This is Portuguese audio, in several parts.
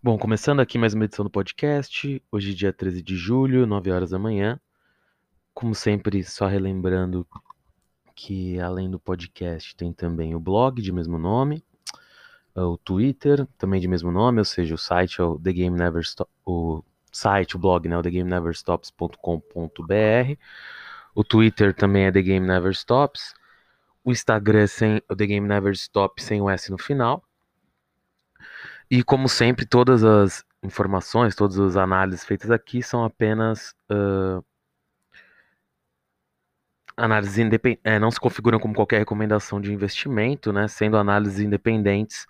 Bom, começando aqui mais uma edição do podcast, hoje dia 13 de julho, 9 horas da manhã. Como sempre, só relembrando que além do podcast tem também o blog de mesmo nome, o Twitter também de mesmo nome, ou seja, o site é o The Game Never Stop, o blog, né, o TheGameNeverStops.com.br. O Twitter também é The Game Never Stops. O Instagram é o The Game Never Stop sem o S no final. E como sempre, todas as informações, todas as análises feitas aqui são apenas análises independentes, não se configuram como qualquer recomendação de investimento, né, sendo análises independentes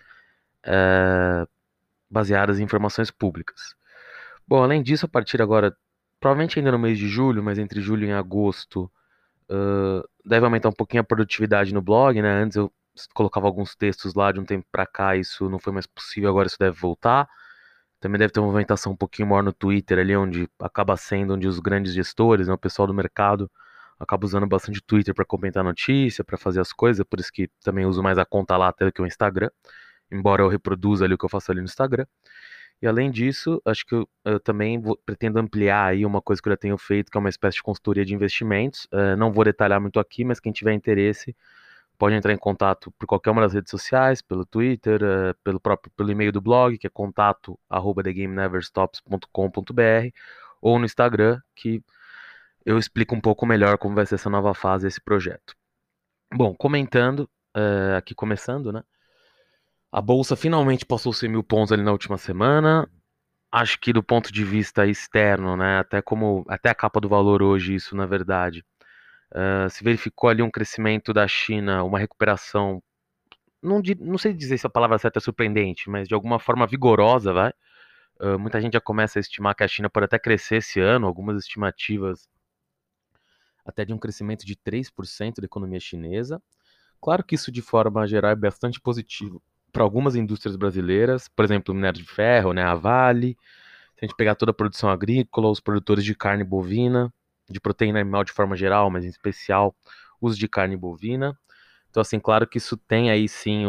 baseadas em informações públicas. Bom, além disso, a partir agora, provavelmente ainda no mês de julho, mas entre julho e agosto, deve aumentar um pouquinho a produtividade no blog, né? Antes eu colocava alguns textos lá, de um tempo para cá isso não foi mais possível, agora isso deve voltar. Também deve ter uma movimentação um pouquinho maior no Twitter ali, onde acaba sendo onde os grandes gestores, né, o pessoal do mercado, acaba usando bastante o Twitter para comentar notícia, para fazer as coisas, por isso que também uso mais a conta lá até do que o Instagram, embora eu reproduza ali o que eu faço ali no Instagram. E além disso, acho que eu também pretendo ampliar aí uma coisa que eu já tenho feito, que é uma espécie de consultoria de investimentos. Não vou detalhar muito aqui, mas quem tiver interesse pode entrar em contato por qualquer uma das redes sociais, pelo Twitter, pelo e-mail do blog, que é contato@thegameneverstops.com.br, ou no Instagram, que eu explico um pouco melhor como vai ser essa nova fase desse projeto. Bom, comentando, aqui começando, né? A bolsa finalmente passou os 100 mil pontos ali na última semana. Acho que do ponto de vista externo, né? Até a capa do valor hoje, isso na verdade, se verificou ali um crescimento da China, uma recuperação. Não sei dizer se a palavra certa é surpreendente, mas de alguma forma vigorosa, vai. Muita gente já começa a estimar que a China pode até crescer esse ano, algumas estimativas até de um crescimento de 3% da economia chinesa. Claro que isso, de forma geral, é bastante positivo para algumas indústrias brasileiras, por exemplo, o minério de ferro, né, a Vale. Se a gente pegar toda a produção agrícola, os produtores de carne bovina, de proteína animal de forma geral, mas em especial os de carne bovina. Então, assim, claro que isso tem aí sim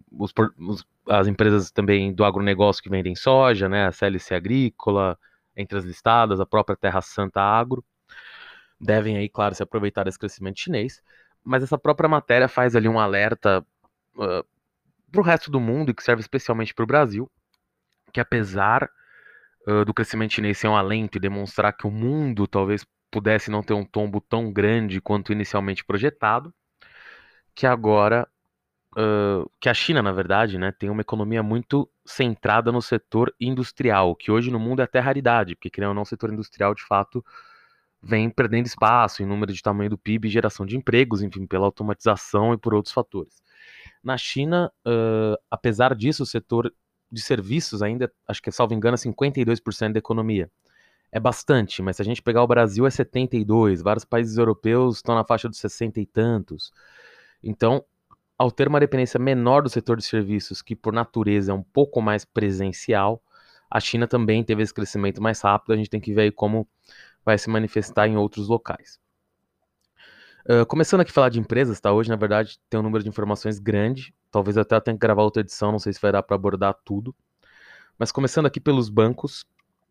as empresas também do agronegócio que vendem soja, né, a CLC Agrícola, entre as listadas, a própria Terra Santa Agro, devem aí, claro, se aproveitar desse crescimento chinês. Mas essa própria matéria faz ali um alerta para o resto do mundo e que serve especialmente para o Brasil, que apesar do crescimento chinês ser um alento e demonstrar que o mundo talvez pudesse não ter um tombo tão grande quanto inicialmente projetado, que agora que a China, na verdade, né, tem uma economia muito centrada no setor industrial, que hoje no mundo é até raridade, porque querendo ou não, o setor industrial de fato vem perdendo espaço em número de tamanho do PIB e geração de empregos, enfim, pela automatização e por outros fatores. Na China, apesar disso, o setor de serviços ainda, acho que salvo engano, é 52% da economia. É bastante, mas se a gente pegar o Brasil é 72, vários países europeus estão na faixa dos 60 e tantos. Então, ao ter uma dependência menor do setor de serviços, que por natureza é um pouco mais presencial, a China também teve esse crescimento mais rápido, a gente tem que ver aí como vai se manifestar em outros locais. Começando aqui a falar de empresas, tá? Hoje, na verdade, tem um número de informações grande, talvez até eu tenha que gravar outra edição, não sei se vai dar para abordar tudo. Mas começando aqui pelos bancos,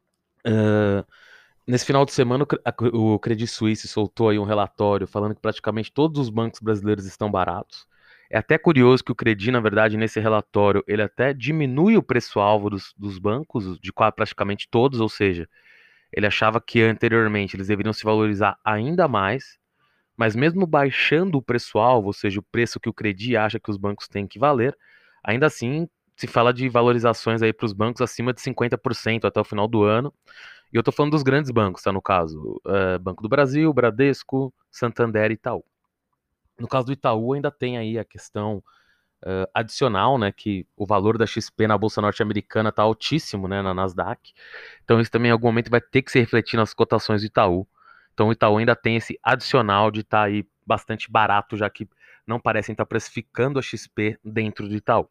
nesse final de semana, o Credit Suisse soltou aí um relatório falando que praticamente todos os bancos brasileiros estão baratos. É até curioso que o Credit, na verdade, nesse relatório, ele até diminui o preço-alvo dos bancos, de quase praticamente todos, ou seja, ele achava que anteriormente eles deveriam se valorizar ainda mais, mas mesmo baixando o preço-alvo, ou seja, o preço que o Credit acha que os bancos têm que valer, ainda assim se fala de valorizações aí para os bancos acima de 50% até o final do ano. E eu tô falando dos grandes bancos, tá? No caso, Banco do Brasil, Bradesco, Santander e Itaú. No caso do Itaú, ainda tem aí a questão adicional, né? Que o valor da XP na Bolsa Norte-Americana tá altíssimo, né? Na Nasdaq. Então isso também em algum momento vai ter que se refletir nas cotações do Itaú. Então o Itaú ainda tem esse adicional de estar aí bastante barato, já que não parecem estar precificando a XP dentro do Itaú.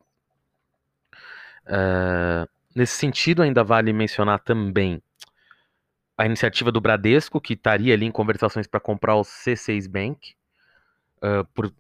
Nesse sentido, ainda vale mencionar também a iniciativa do Bradesco, que estaria ali em conversações para comprar o C6 Bank, por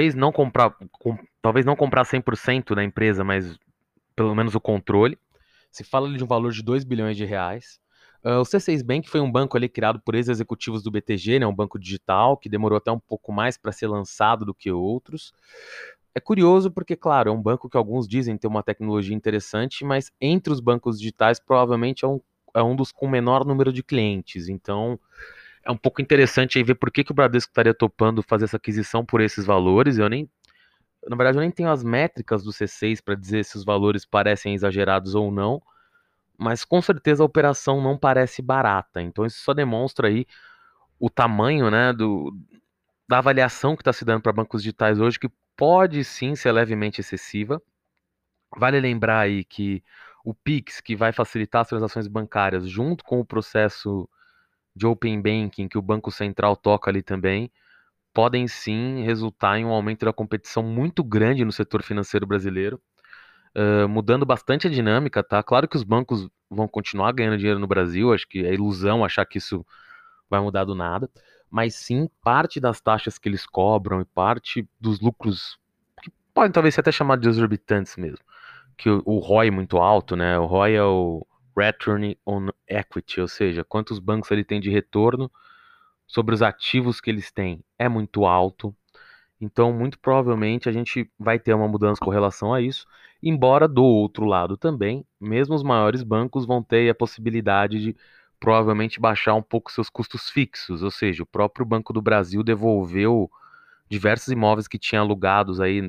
talvez não comprar 100% da empresa, mas pelo menos o controle. Se fala ali de um valor de 2 bilhões de reais. O C6 Bank foi um banco ali criado por ex-executivos do BTG, né, um banco digital que demorou até um pouco mais para ser lançado do que outros. É curioso porque, claro, é um banco que alguns dizem ter uma tecnologia interessante, mas entre os bancos digitais provavelmente é um dos com menor número de clientes. Então, é um pouco interessante aí ver por que que o Bradesco estaria topando fazer essa aquisição por esses valores. Na verdade, eu nem tenho as métricas do C6 para dizer se os valores parecem exagerados ou não, mas com certeza a operação não parece barata. Então, isso só demonstra aí o tamanho, né, da avaliação que está se dando para bancos digitais hoje, que pode sim ser levemente excessiva. Vale lembrar aí que o Pix, que vai facilitar as transações bancárias, junto com o processo de Open Banking que o Banco Central toca ali também, podem sim resultar em um aumento da competição muito grande no setor financeiro brasileiro, mudando bastante a dinâmica, tá? Claro que os bancos vão continuar ganhando dinheiro no Brasil, acho que é ilusão achar que isso vai mudar do nada, mas sim parte das taxas que eles cobram e parte dos lucros, que podem talvez ser até chamados de exorbitantes mesmo, que o ROI é muito alto, né? O ROI é o Return on Equity, ou seja, quantos bancos ele tem de retorno sobre os ativos que eles têm, é muito alto. Então, muito provavelmente a gente vai ter uma mudança com relação a isso, embora do outro lado também, mesmo os maiores bancos vão ter a possibilidade de provavelmente baixar um pouco seus custos fixos, ou seja, o próprio Banco do Brasil devolveu diversos imóveis que tinha alugados aí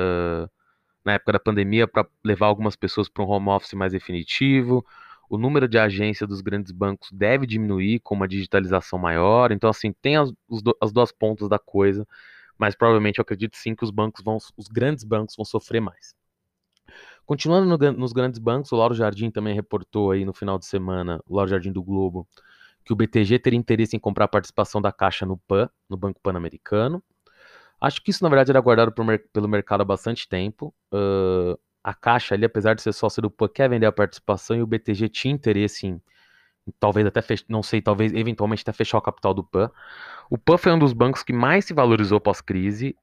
na época da pandemia para levar algumas pessoas para um home office mais definitivo. O número de agências dos grandes bancos deve diminuir com uma digitalização maior. Então, assim, tem as duas pontas da coisa, mas provavelmente eu acredito sim que os grandes bancos vão sofrer mais. Continuando nos grandes bancos, o Lauro Jardim também reportou aí no final de semana, o Lauro Jardim do Globo, que o BTG teria interesse em comprar a participação da Caixa no PAN, no Banco Pan-Americano. Acho que isso, na verdade, era guardado pelo mercado há bastante tempo. A Caixa ali, apesar de ser sócio do PAN, quer vender a participação e o BTG tinha interesse em talvez até, não sei, talvez eventualmente até fechar o capital do PAN. O PAN foi um dos bancos que mais se valorizou pós-crise.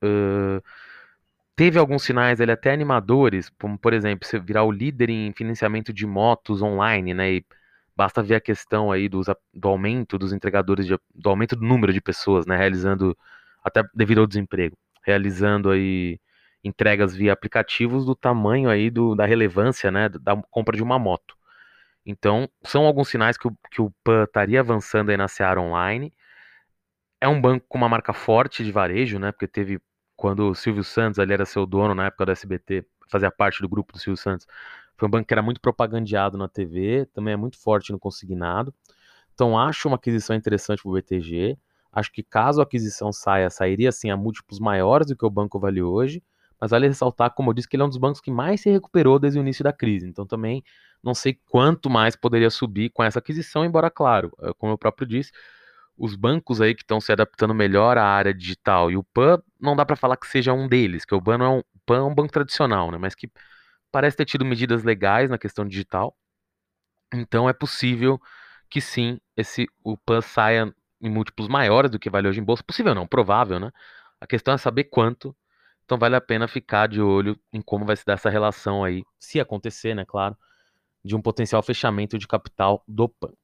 Teve alguns sinais ali até animadores, como, por exemplo, você virar o líder em financiamento de motos online, né? E basta ver a questão aí do aumento dos entregadores, do aumento do número de pessoas, né? Realizando, até devido ao desemprego, realizando aí entregas via aplicativos do tamanho aí da relevância, né? Da compra de uma moto. Então, são alguns sinais que o PAN estaria avançando aí na seara online. É um banco com uma marca forte de varejo, né? Porque teve, quando o Silvio Santos ali era seu dono na época do SBT, fazia parte do grupo do Silvio Santos. Foi um banco que era muito propagandeado na TV, também é muito forte no consignado. Então acho uma aquisição interessante para o BTG. Acho que caso a aquisição sairia assim a múltiplos maiores do que o banco vale hoje. Mas vale ressaltar, como eu disse, que ele é um dos bancos que mais se recuperou desde o início da crise. Então também não sei quanto mais poderia subir com essa aquisição, embora, claro, como eu próprio disse, os bancos aí que estão se adaptando melhor à área digital e o PAN não dá para falar que seja um deles, que o PAN, não é um, o PAN é um banco tradicional, né, mas que parece ter tido medidas legais na questão digital. Então é possível que sim, o PAN saia em múltiplos maiores do que vale hoje em bolsa. Possível não, provável, né? A questão é saber quanto. Então vale a pena ficar de olho em como vai se dar essa relação aí, se acontecer, né, claro, de um potencial fechamento de capital do PAN.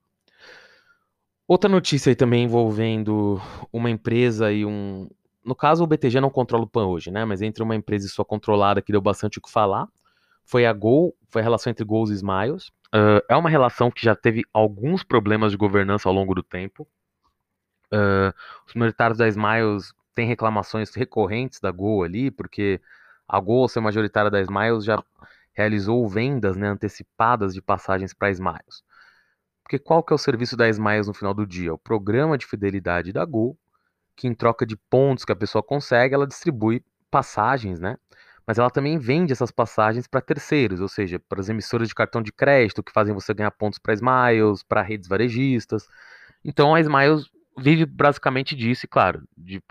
Outra notícia aí também envolvendo uma empresa e um. No caso, o BTG não controla o PAN hoje, né? Mas entre uma empresa e sua controlada que deu bastante o que falar, foi a Gol, foi a relação entre Gols e Smiles. É uma relação que já teve alguns problemas de governança ao longo do tempo. Os minoritários da Smiles têm reclamações recorrentes da Gol ali, porque a Gol, ser majoritária da Smiles, já realizou vendas, né, antecipadas de passagens para Smiles. Porque qual que é o serviço da Smiles no final do dia? O programa de fidelidade da Gol, que em troca de pontos que a pessoa consegue, ela distribui passagens, né? Mas ela também vende essas passagens para terceiros, ou seja, para as emissoras de cartão de crédito que fazem você ganhar pontos para Smiles, para redes varejistas. Então a Smiles vive basicamente disso, e claro,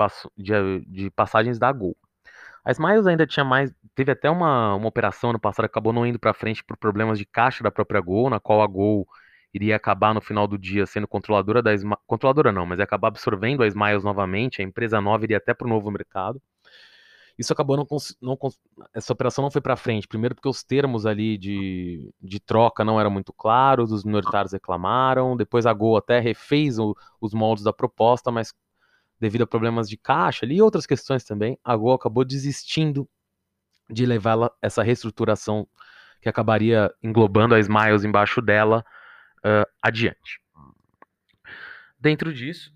de passagens da Gol. A Smiles ainda tinha mais, teve até uma operação no passado que acabou não indo para frente por problemas de caixa da própria Gol, na qual a Gol iria acabar no final do dia sendo controladora da Smiles, controladora não, mas ia acabar absorvendo a Smiles novamente, a empresa nova iria até para o novo mercado. Isso acabou essa operação não foi para frente. Primeiro porque os termos ali de troca não eram muito claros, os minoritários reclamaram. Depois a Gol até refez os moldes da proposta, mas devido a problemas de caixa ali, e outras questões também, a Gol acabou desistindo de levar essa reestruturação que acabaria englobando a Smiles embaixo dela adiante. Dentro disso,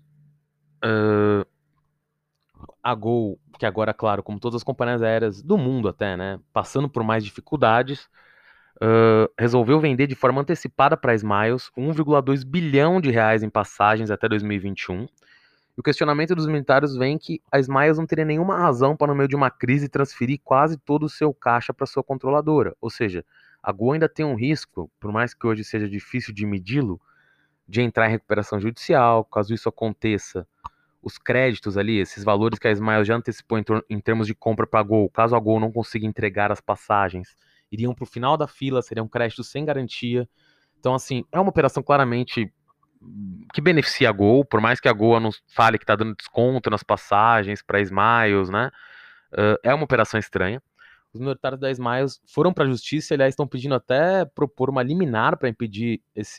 a Gol, que agora, claro, como todas as companhias aéreas do mundo até, né, passando por mais dificuldades, resolveu vender de forma antecipada para a Smiles 1,2 bilhão de reais em passagens até 2021. E o questionamento dos militares vem que a Smiles não teria nenhuma razão para, no meio de uma crise, transferir quase todo o seu caixa para sua controladora. Ou seja, a Gol ainda tem um risco, por mais que hoje seja difícil de medi-lo, de entrar em recuperação judicial. Caso isso aconteça, os créditos ali, esses valores que a Smiles já antecipou em termos de compra para a Gol, caso a Gol não consiga entregar as passagens, iriam para o final da fila, seriam créditos sem garantia. Então, assim, é uma operação claramente que beneficia a Gol, por mais que a Gol não fale que está dando desconto nas passagens para Smiles, né? É uma operação estranha. Os minoritários da Smiles foram para a justiça, aliás, estão pedindo até propor uma liminar para impedir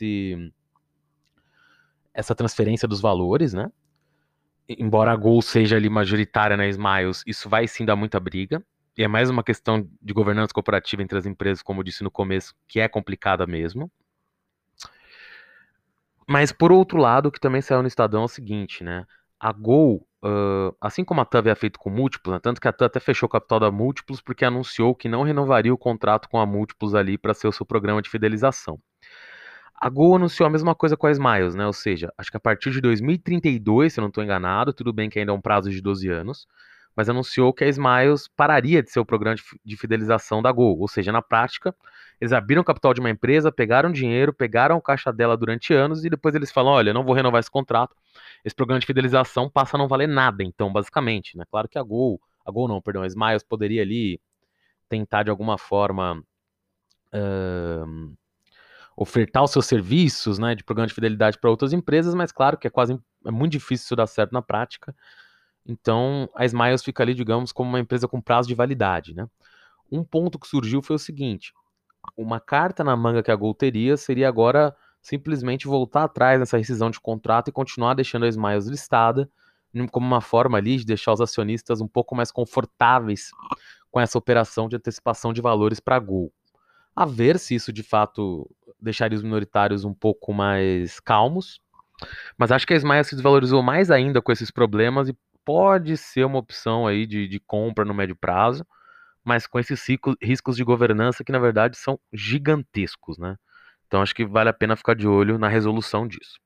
essa transferência dos valores, né? Embora a Gol seja ali majoritária na Smiles, isso vai sim dar muita briga. E é mais uma questão de governança corporativa entre as empresas, como eu disse no começo, que é complicada mesmo. Mas por outro lado, o que também saiu no Estadão é o seguinte, né? A Gol, assim como a TAM havia feito com Múltiplos, né? Tanto que a TAM até fechou o capital da Múltiplos porque anunciou que não renovaria o contrato com a Múltiplos ali para ser o seu programa de fidelização. A Gol anunciou a mesma coisa com a Smiles, né? Ou seja, acho que a partir de 2032, se eu não estou enganado, tudo bem que ainda é um prazo de 12 anos, mas anunciou que a Smiles pararia de ser o programa de fidelização da Gol. Ou seja, na prática, eles abriram o capital de uma empresa, pegaram dinheiro, pegaram o caixa dela durante anos e depois eles falam: olha, não vou renovar esse contrato, esse programa de fidelização passa a não valer nada, então, basicamente, né? Claro que a Gol não, perdão, a Smiles poderia ali tentar de alguma forma ofertar os seus serviços, né, de programa de fidelidade para outras empresas, mas claro que é muito difícil isso dar certo na prática. Então, a Smiles fica ali, digamos, como uma empresa com prazo de validade, né? Um ponto que surgiu foi o seguinte: uma carta na manga que a Gol teria seria agora simplesmente voltar atrás nessa rescisão de contrato e continuar deixando a Smiles listada como uma forma ali de deixar os acionistas um pouco mais confortáveis com essa operação de antecipação de valores para a Gol. A ver se isso de fato deixaria os minoritários um pouco mais calmos, mas acho que a Smiles se desvalorizou mais ainda com esses problemas e pode ser uma opção aí de compra no médio prazo, mas com esses riscos de governança que na verdade são gigantescos, né? Então acho que vale a pena ficar de olho na resolução disso.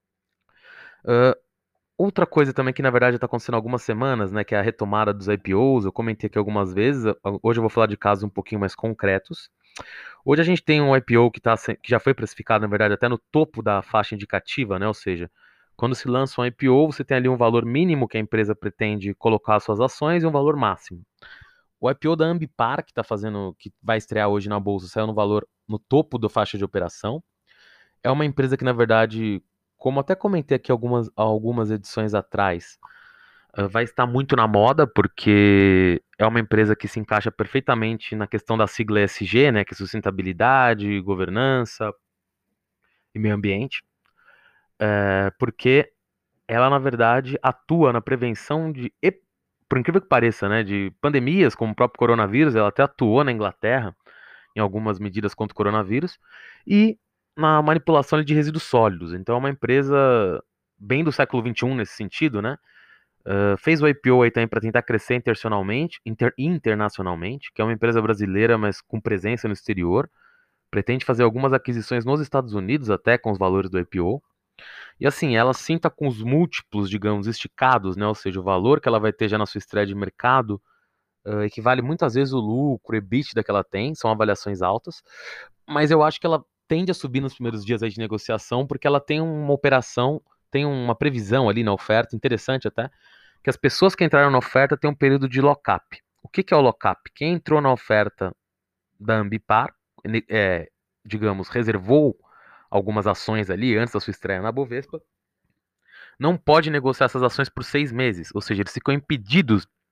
Outra coisa também que na verdade está acontecendo há algumas semanas, né, que é a retomada dos IPOs, eu comentei aqui algumas vezes, hoje eu vou falar de casos um pouquinho mais concretos. Hoje a gente tem um IPO que já foi precificado, na verdade, até no topo da faixa indicativa, né? Ou seja, quando se lança um IPO, você tem ali um valor mínimo que a empresa pretende colocar suas ações e um valor máximo. O IPO da Ambipar, que vai estrear hoje na bolsa, saiu no valor no topo da faixa de operação. É uma empresa que, na verdade, como até comentei aqui algumas edições atrás, vai estar muito na moda, porque é uma empresa que se encaixa perfeitamente na questão da sigla ESG, né, que é sustentabilidade, governança e meio ambiente, porque ela, na verdade, atua na prevenção por incrível que pareça, né, de pandemias, como o próprio coronavírus, ela até atuou na Inglaterra em algumas medidas contra o coronavírus, e na manipulação de resíduos sólidos. Então é uma empresa bem do século XXI nesse sentido, né? Fez o IPO aí também para tentar crescer internacionalmente, que é uma empresa brasileira, mas com presença no exterior. Pretende fazer algumas aquisições nos Estados Unidos, até com os valores do IPO. E assim, ela sim tá com os múltiplos, digamos, esticados, né? Ou seja, o valor que ela vai ter já na sua estreia de mercado equivale muitas vezes o lucro, EBITDA que ela tem, são avaliações altas. Mas eu acho que ela tende a subir nos primeiros dias aí de negociação, porque ela tem uma operação, tem uma previsão ali na oferta, interessante até, que as pessoas que entraram na oferta têm um período de lock-up. O que é o lock-up? Quem entrou na oferta da Ambipar, digamos, reservou algumas ações ali antes da sua estreia na Bovespa, não pode negociar essas ações por 6 meses, ou seja, eles ficam impedidos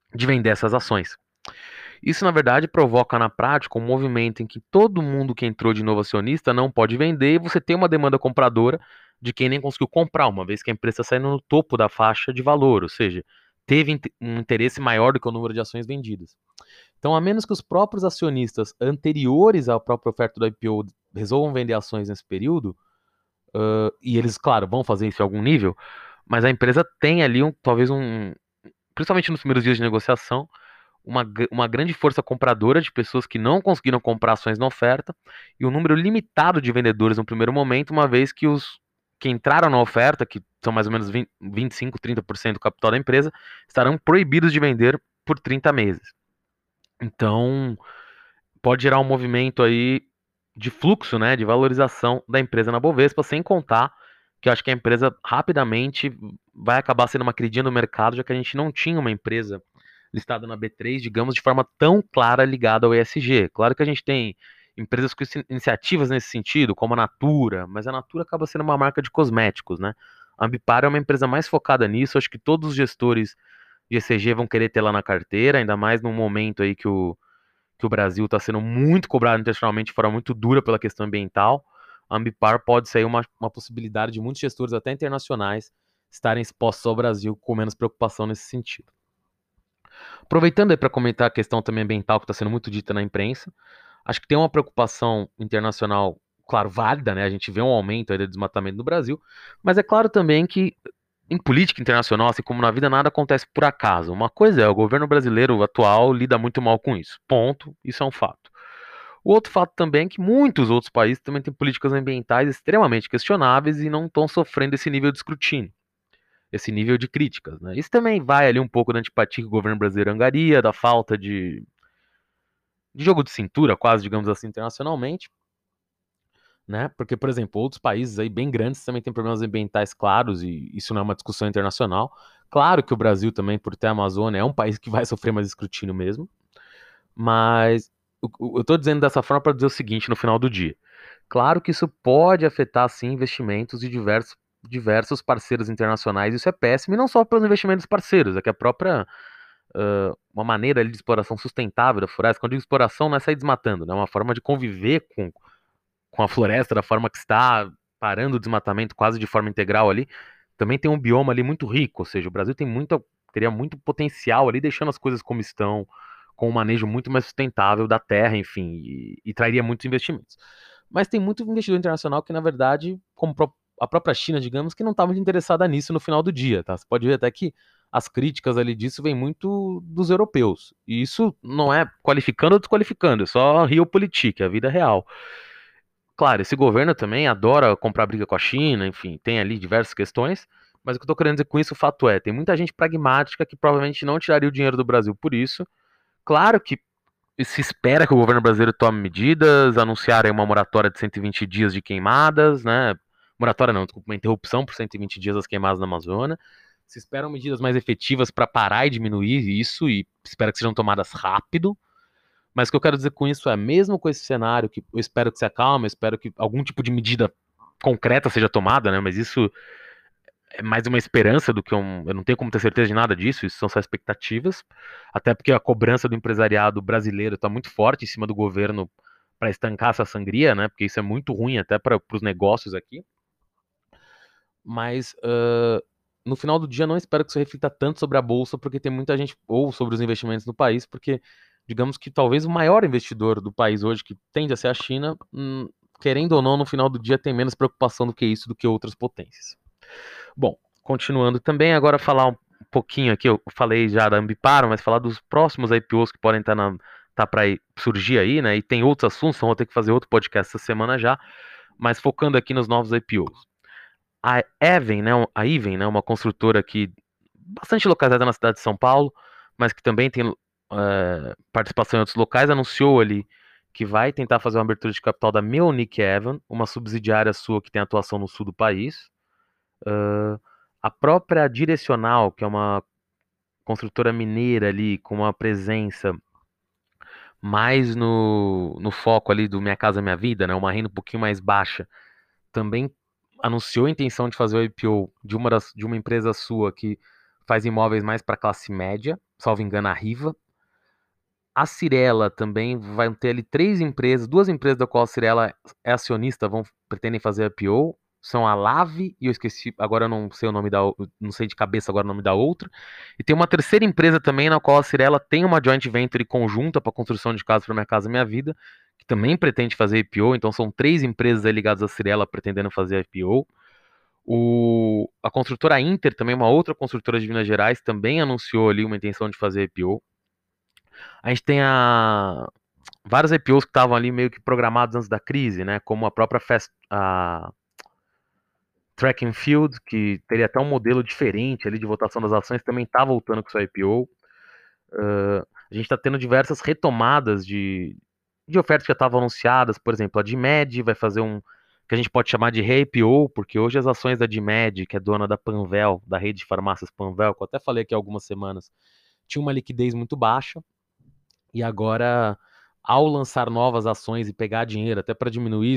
de vender essas ações. Isso, na verdade, provoca na prática um movimento em que todo mundo que entrou de novo acionista não pode vender e você tem uma demanda compradora de quem nem conseguiu comprar, uma vez que a empresa está saindo no topo da faixa de valor, ou seja, teve um interesse maior do que o número de ações vendidas. Então, a menos que os próprios acionistas anteriores à própria oferta do IPO resolvam vender ações nesse período, e eles, claro, vão fazer isso em algum nível, mas a empresa tem ali talvez principalmente nos primeiros dias de negociação, uma grande força compradora de pessoas que não conseguiram comprar ações na oferta e um número limitado de vendedores no primeiro momento, uma vez que os que entraram na oferta, que são mais ou menos 25, 30% do capital da empresa, estarão proibidos de vender por 30 meses. Então, pode gerar um movimento aí de fluxo, né, de valorização da empresa na Bovespa, sem contar que eu acho que a empresa rapidamente vai acabar sendo uma queridinha do mercado, já que a gente não tinha uma empresa listada na B3, digamos, de forma tão clara ligada ao ESG. Claro que a gente tem empresas com iniciativas nesse sentido, como a Natura, mas a Natura acaba sendo uma marca de cosméticos, né? A Ambipar é uma empresa mais focada nisso, acho que todos os gestores de ESG vão querer ter lá na carteira, ainda mais num momento aí que o Brasil está sendo muito cobrado internacionalmente de forma muito dura pela questão ambiental. A Ambipar pode ser uma possibilidade de muitos gestores, até internacionais, estarem expostos ao Brasil com menos preocupação nesse sentido. Aproveitando aí para comentar a questão também ambiental que está sendo muito dita na imprensa, acho que tem uma preocupação internacional, claro, válida, né? A gente vê um aumento aí do desmatamento no Brasil, mas é claro também que em política internacional, assim como na vida, nada acontece por acaso. Uma coisa é, o governo brasileiro atual lida muito mal com isso. Ponto, isso é um fato. O outro fato também é que muitos outros países também têm políticas ambientais extremamente questionáveis e não estão sofrendo esse nível de escrutínio, esse nível de críticas, né? Isso também vai ali um pouco da antipatia que o governo brasileiro angaria, da falta de jogo de cintura, quase, digamos assim, internacionalmente, né? Porque, por exemplo, outros países aí bem grandes também têm problemas ambientais claros e isso não é uma discussão internacional. Claro que o Brasil também, por ter a Amazônia, é um país que vai sofrer mais escrutínio mesmo, mas eu estou dizendo dessa forma para dizer o seguinte no final do dia. Claro que isso pode afetar, sim, investimentos de diversos parceiros internacionais. Isso é péssimo, e não só pelos investimentos parceiros, é que a própria uma maneira ali de exploração sustentável da floresta. Quando eu digo exploração, não é sair desmatando, né? É uma forma de conviver com a floresta da forma que está, parando o desmatamento quase de forma integral ali. Também tem um bioma ali muito rico, ou seja, o Brasil teria muito potencial ali, deixando as coisas como estão, com um manejo muito mais sustentável da terra, enfim, e trairia muitos investimentos. Mas tem muito investidor internacional que, na verdade, como a própria China, digamos, que não está muito interessada nisso no final do dia, tá? Você pode ver até que as críticas ali disso vêm muito dos europeus. E isso não é qualificando ou desqualificando, é só realpolitik, é a vida real. Claro, esse governo também adora comprar briga com a China, enfim, tem ali diversas questões, mas o que eu tô querendo dizer com isso, o fato é, tem muita gente pragmática que provavelmente não tiraria o dinheiro do Brasil por isso. Claro que se espera que o governo brasileiro tome medidas, anunciarem uma moratória de 120 dias de queimadas, né? Moratória não, desculpa, uma interrupção por 120 dias das queimadas na Amazônia. Se esperam medidas mais efetivas para parar e diminuir isso e espera que sejam tomadas rápido. Mas o que eu quero dizer com isso é, mesmo com esse cenário, que eu espero que se acalme, eu espero que algum tipo de medida concreta seja tomada, né? Mas isso é mais uma esperança do que eu não tenho como ter certeza de nada disso, isso são só expectativas, até porque a cobrança do empresariado brasileiro está muito forte em cima do governo para estancar essa sangria, né? Porque isso é muito ruim até para os negócios aqui. Mas no final do dia, não espero que isso reflita tanto sobre a bolsa, porque tem muita gente, ou sobre os investimentos no país, porque digamos que talvez o maior investidor do país hoje, que tende a ser a China, querendo ou não, no final do dia tem menos preocupação do que isso, do que outras potências. Bom, continuando também, agora falar um pouquinho aqui, eu falei já da Ambipar, mas falar dos próximos IPOs que podem estar para surgir aí, né? E tem outros assuntos, então vou ter que fazer outro podcast essa semana já, mas focando aqui nos novos IPOs. A Even, né, uma construtora aqui bastante localizada na cidade de São Paulo, mas que também tem participação em outros locais, anunciou ali que vai tentar fazer uma abertura de capital da Meonic Evan, uma subsidiária sua que tem atuação no sul do país. A própria Direcional, que é uma construtora mineira ali, com uma presença mais no foco ali do Minha Casa Minha Vida, né, uma renda um pouquinho mais baixa, também anunciou a intenção de fazer o IPO de uma empresa sua que faz imóveis mais para classe média, salvo engano, a Riva. A Cirela também vai ter ali três empresas, duas empresas da qual a Cirela é acionista, pretendem fazer IPO, são a Lave, e eu esqueci, agora eu não sei o nome não sei de cabeça agora o nome da outra. E tem uma terceira empresa também na qual a Cirela tem uma joint venture conjunta para construção de casas para Minha Casa Minha Vida, que também pretende fazer IPO, então são três empresas aí ligadas à Cirela pretendendo fazer IPO. A construtora Inter, também uma outra construtora de Minas Gerais, também anunciou ali uma intenção de fazer IPO. A gente tem vários IPOs que estavam ali meio que programados antes da crise, né? Como a própria a Track and Field, que teria até um modelo diferente ali de votação das ações, também está voltando com sua IPO. A gente está tendo diversas retomadas de ofertas que já estavam anunciadas, por exemplo, a Dimed vai fazer que a gente pode chamar de re-IPO, porque hoje as ações da Dimed, que é dona da Panvel, da rede de farmácias Panvel, que eu até falei aqui há algumas semanas, tinha uma liquidez muito baixa, e agora, ao lançar novas ações e pegar dinheiro, até para diminuir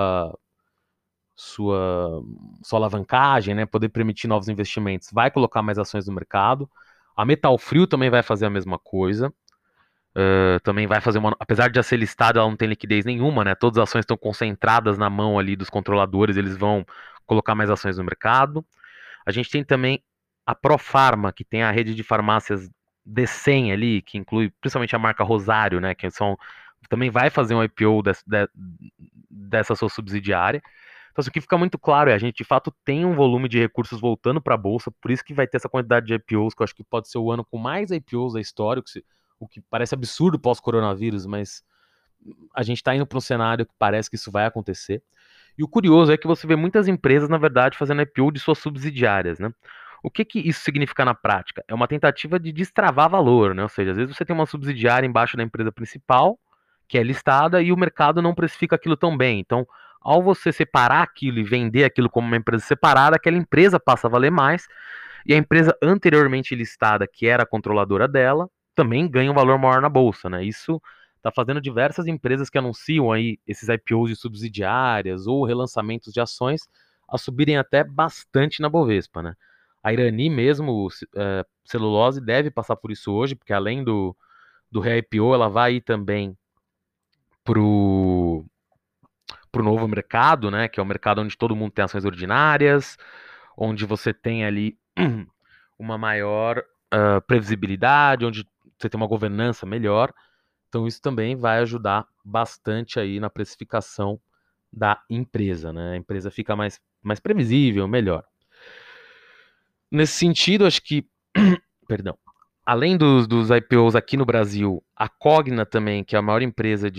sua alavancagem, né, poder permitir novos investimentos, vai colocar mais ações no mercado. A Metal Frio também vai fazer a mesma coisa. Também vai fazer apesar de já ser listada, ela não tem liquidez nenhuma, né? Todas as ações estão concentradas na mão ali dos controladores, eles vão colocar mais ações no mercado. A gente tem também a Profarma, que tem a rede de farmácias D100 ali, que inclui principalmente a marca Rosário, né? Também vai fazer um IPO dessa sua subsidiária. Então, isso aqui fica muito claro, a gente de fato tem um volume de recursos voltando para a Bolsa, por isso que vai ter essa quantidade de IPOs, que eu acho que pode ser o ano com mais IPOs da história, o que parece absurdo pós-coronavírus, mas a gente está indo para um cenário que parece que isso vai acontecer. E o curioso é que você vê muitas empresas, na verdade, fazendo IPO de suas subsidiárias, né? O que isso significa na prática? É uma tentativa de destravar valor, né? Ou seja, às vezes você tem uma subsidiária embaixo da empresa principal, que é listada, e o mercado não precifica aquilo tão bem. Então, ao você separar aquilo e vender aquilo como uma empresa separada, aquela empresa passa a valer mais, e a empresa anteriormente listada, que era a controladora dela, também ganha um valor maior na bolsa, né? Isso está fazendo diversas empresas que anunciam aí esses IPOs de subsidiárias ou relançamentos de ações a subirem até bastante na Bovespa, né? A Irani mesmo, celulose, deve passar por isso hoje, porque além do re-IPO, ela vai ir também pro novo mercado, né? Que é o mercado onde todo mundo tem ações ordinárias, onde você tem ali uma maior previsibilidade, onde você tem uma governança melhor. Então isso também vai ajudar bastante aí na precificação da empresa, né? A empresa fica mais previsível, melhor. Nesse sentido, acho que, perdão, além dos IPOs aqui no Brasil, a Cogna também, que é a maior empresa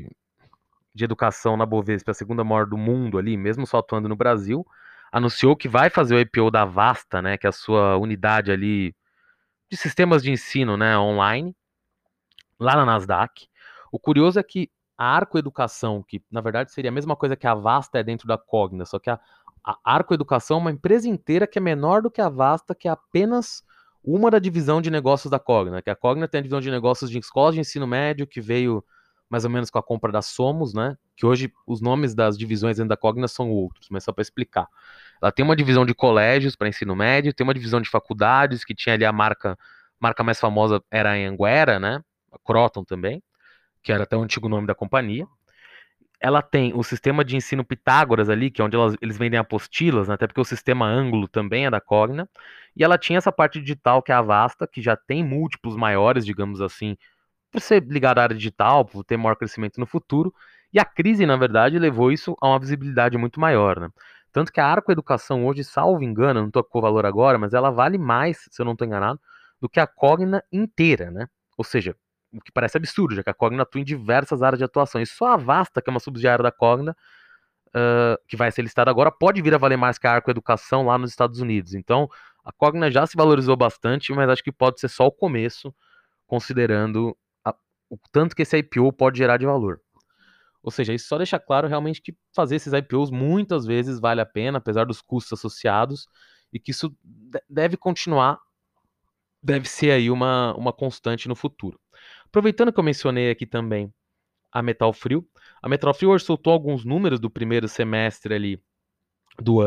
de educação na Bovespa, a segunda maior do mundo ali, mesmo só atuando no Brasil, anunciou que vai fazer o IPO da Vasta, né, que é a sua unidade ali de sistemas de ensino, né, online, lá na Nasdaq. O curioso é que a Arco Educação, que na verdade seria a mesma coisa que a Vasta é dentro da Cogna, só que a Arco Educação é uma empresa inteira que é menor do que a Vasta, que é apenas uma da divisão de negócios da Cogna, que a Cogna tem a divisão de negócios de escolas de ensino médio, que veio mais ou menos com a compra da Somos, né? Que hoje os nomes das divisões dentro da Cogna são outros, mas só para explicar. Ela tem uma divisão de colégios para ensino médio, tem uma divisão de faculdades, que tinha ali a marca mais famosa era a Anhanguera, né? A Croton também, que era até o antigo nome da companhia. Ela tem o sistema de ensino Pitágoras ali, que é onde eles vendem apostilas, né, até porque o sistema Ângulo também é da Cogna. E ela tinha essa parte digital que é a Vasta, que já tem múltiplos maiores, digamos assim, por ser ligada à área digital, por ter maior crescimento no futuro. E a crise, na verdade, levou isso a uma visibilidade muito maior, né? Tanto que a Arco Educação hoje, salvo engano, não estou com o valor agora, mas ela vale mais, se eu não estou enganado, do que a Cogna inteira, né? Ou seja, o que parece absurdo, já que a Cogna atua em diversas áreas de atuação. E só a Vasta, que é uma subsidiária da Cogna, que vai ser listada agora, pode vir a valer mais que a Arco Educação lá nos Estados Unidos. Então, a Cogna já se valorizou bastante, mas acho que pode ser só o começo, considerando o tanto que esse IPO pode gerar de valor. Ou seja, isso só deixa claro realmente que fazer esses IPOs muitas vezes vale a pena, apesar dos custos associados, e que isso deve continuar, deve ser aí uma constante no futuro. Aproveitando que eu mencionei aqui também a Metal Frio hoje soltou alguns números do primeiro semestre ali do ano.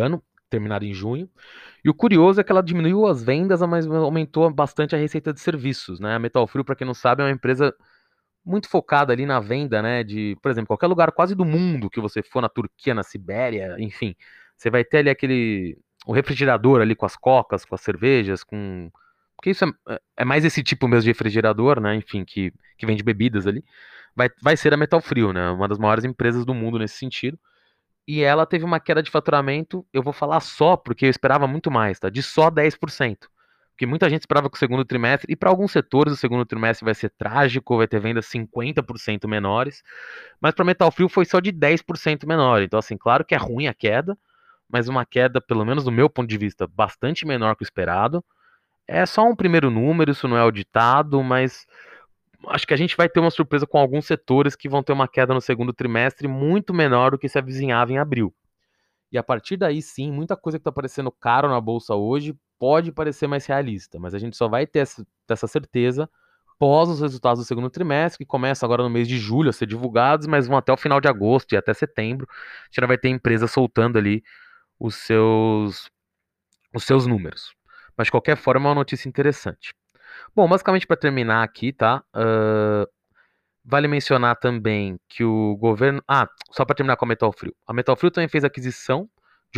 terminada em junho. E o curioso é que ela diminuiu as vendas, mas aumentou bastante a receita de serviços, né? A Metal Frio, para quem não sabe, é uma empresa muito focada ali na venda, né? De, por exemplo, qualquer lugar quase do mundo que você for, na Turquia, na Sibéria, enfim, você vai ter ali o refrigerador ali com as cocas, com as cervejas, com. Porque isso é mais esse tipo mesmo de refrigerador, né? Enfim, que vende bebidas ali. Vai ser a Metal Frio, né? Uma das maiores empresas do mundo nesse sentido. E ela teve uma queda de faturamento, eu vou falar só, porque eu esperava muito mais, tá? De só 10%. Porque muita gente esperava que o segundo trimestre, e para alguns setores o segundo trimestre vai ser trágico, vai ter vendas 50% menores, mas para Metal Frio foi só de 10% menor. Então, assim, claro que é ruim a queda, mas uma queda, pelo menos do meu ponto de vista, bastante menor que o esperado. É só um primeiro número, isso não é auditado, mas acho que a gente vai ter uma surpresa com alguns setores que vão ter uma queda no segundo trimestre muito menor do que se avizinhava em abril. E a partir daí, sim, muita coisa que está parecendo caro na bolsa hoje pode parecer mais realista, mas a gente só vai ter essa certeza pós os resultados do segundo trimestre, que começam agora no mês de julho a ser divulgados, mas vão até o final de agosto e até setembro. A gente ainda vai ter empresa soltando ali os seus, os seus números. Mas de qualquer forma, é uma notícia interessante. Bom, basicamente para terminar aqui, tá? Vale mencionar também que o governo. Ah, só para terminar com a Metal Frio. A Metal Frio também fez aquisição de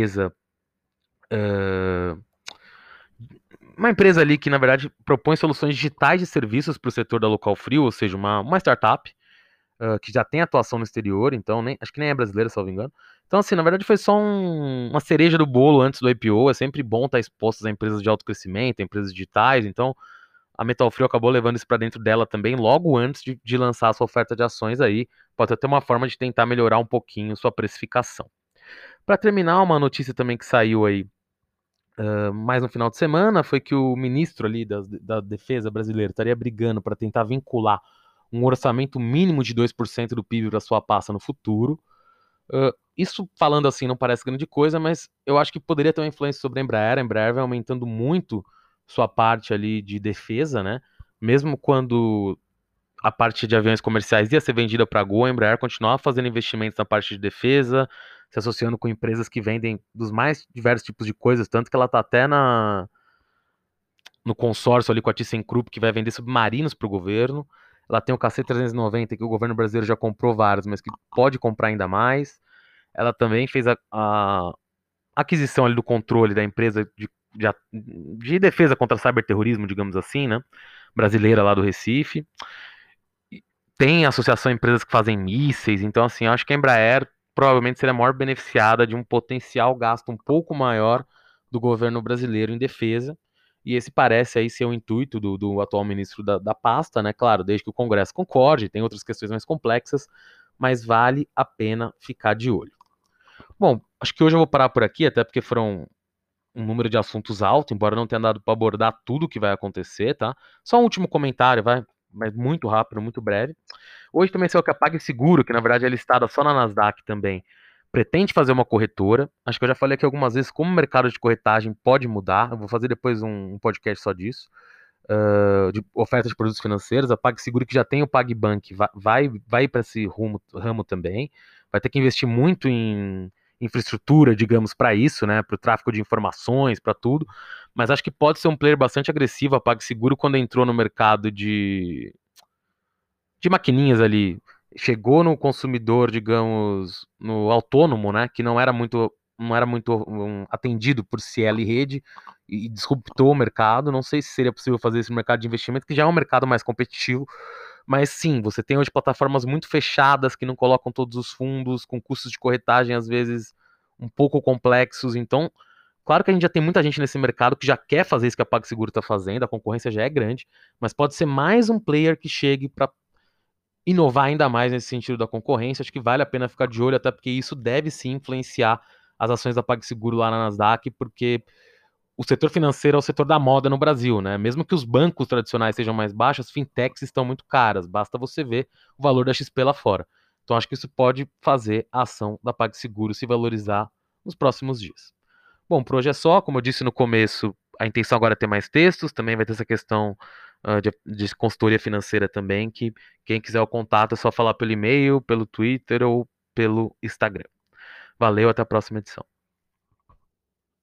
uma empresa ali que, na verdade, propõe soluções digitais de serviços para o setor da local frio, ou seja, uma startup que já tem atuação no exterior, então acho que nem é brasileira, se não me engano. Então, assim, na verdade foi só uma cereja do bolo antes do IPO. É sempre bom estar exposto a empresas de alto crescimento, a empresas digitais. Então, a Metal Frio acabou levando isso para dentro dela também, logo antes de lançar a sua oferta de ações aí. Pode até uma forma de tentar melhorar um pouquinho sua precificação. Para terminar, uma notícia também que saiu aí mais no final de semana foi que o ministro ali da Defesa brasileira estaria brigando para tentar vincular um orçamento mínimo de 2% do PIB para sua pasta no futuro. Isso, falando assim, não parece grande coisa, mas eu acho que poderia ter uma influência sobre a Embraer. A Embraer vai aumentando muito sua parte ali de defesa, né? Mesmo quando a parte de aviões comerciais ia ser vendida para a Gol, a Embraer continuava fazendo investimentos na parte de defesa, se associando com empresas que vendem dos mais diversos tipos de coisas, tanto que ela está até no consórcio ali com a ThyssenKrupp, que vai vender submarinos para o governo. Ela tem o KC-390, que o governo brasileiro já comprou vários, mas que pode comprar ainda mais. Ela também fez a aquisição ali do controle da empresa de defesa contra cyberterrorismo, digamos assim, né? Brasileira lá do Recife. Tem associação de empresas que fazem mísseis, então assim, eu acho que a Embraer provavelmente seria a maior beneficiada de um potencial gasto um pouco maior do governo brasileiro em defesa, e esse parece aí ser o intuito do atual ministro da pasta, né? Claro, desde que o Congresso concorde, tem outras questões mais complexas, mas vale a pena ficar de olho. Bom, acho que hoje eu vou parar por aqui, até porque foram um número de assuntos alto, embora não tenha dado para abordar tudo o que vai acontecer, tá? Só um último comentário, vai, mas muito rápido, muito breve. Hoje também saiu que a PagSeguro, que na verdade é listada só na Nasdaq também, pretende fazer uma corretora. Acho que eu já falei aqui algumas vezes como o mercado de corretagem pode mudar. Eu vou fazer depois um podcast só disso. De oferta de produtos financeiros. A PagSeguro, que já tem o PagBank, vai para esse ramo também. Vai ter que investir muito em infraestrutura, digamos, para isso, né? Para o tráfego de informações, para tudo. Mas acho que pode ser um player bastante agressivo a PagSeguro quando entrou no mercado de maquininhas ali, chegou no consumidor, digamos, no autônomo, né, que não era muito atendido por Cielo e rede e disruptou o mercado. Não sei se seria possível fazer esse mercado de investimento, que já é um mercado mais competitivo, mas sim, você tem hoje plataformas muito fechadas que não colocam todos os fundos, com custos de corretagem às vezes um pouco complexos. Então, claro que a gente já tem muita gente nesse mercado que já quer fazer isso que a PagSeguro está fazendo, a concorrência já é grande, mas pode ser mais um player que chegue para inovar ainda mais nesse sentido da concorrência. Acho que vale a pena ficar de olho, até porque isso deve sim influenciar as ações da PagSeguro lá na Nasdaq, porque o setor financeiro é o setor da moda no Brasil, né? Mesmo que os bancos tradicionais sejam mais baixos, as fintechs estão muito caras, basta você ver o valor da XP lá fora. Então acho que isso pode fazer a ação da PagSeguro se valorizar nos próximos dias. Bom, por hoje é só. Como eu disse no começo, a intenção agora é ter mais textos. Também vai ter essa questão de consultoria financeira também, que quem quiser o contato é só falar pelo e-mail, pelo Twitter ou pelo Instagram. Valeu, até a próxima edição.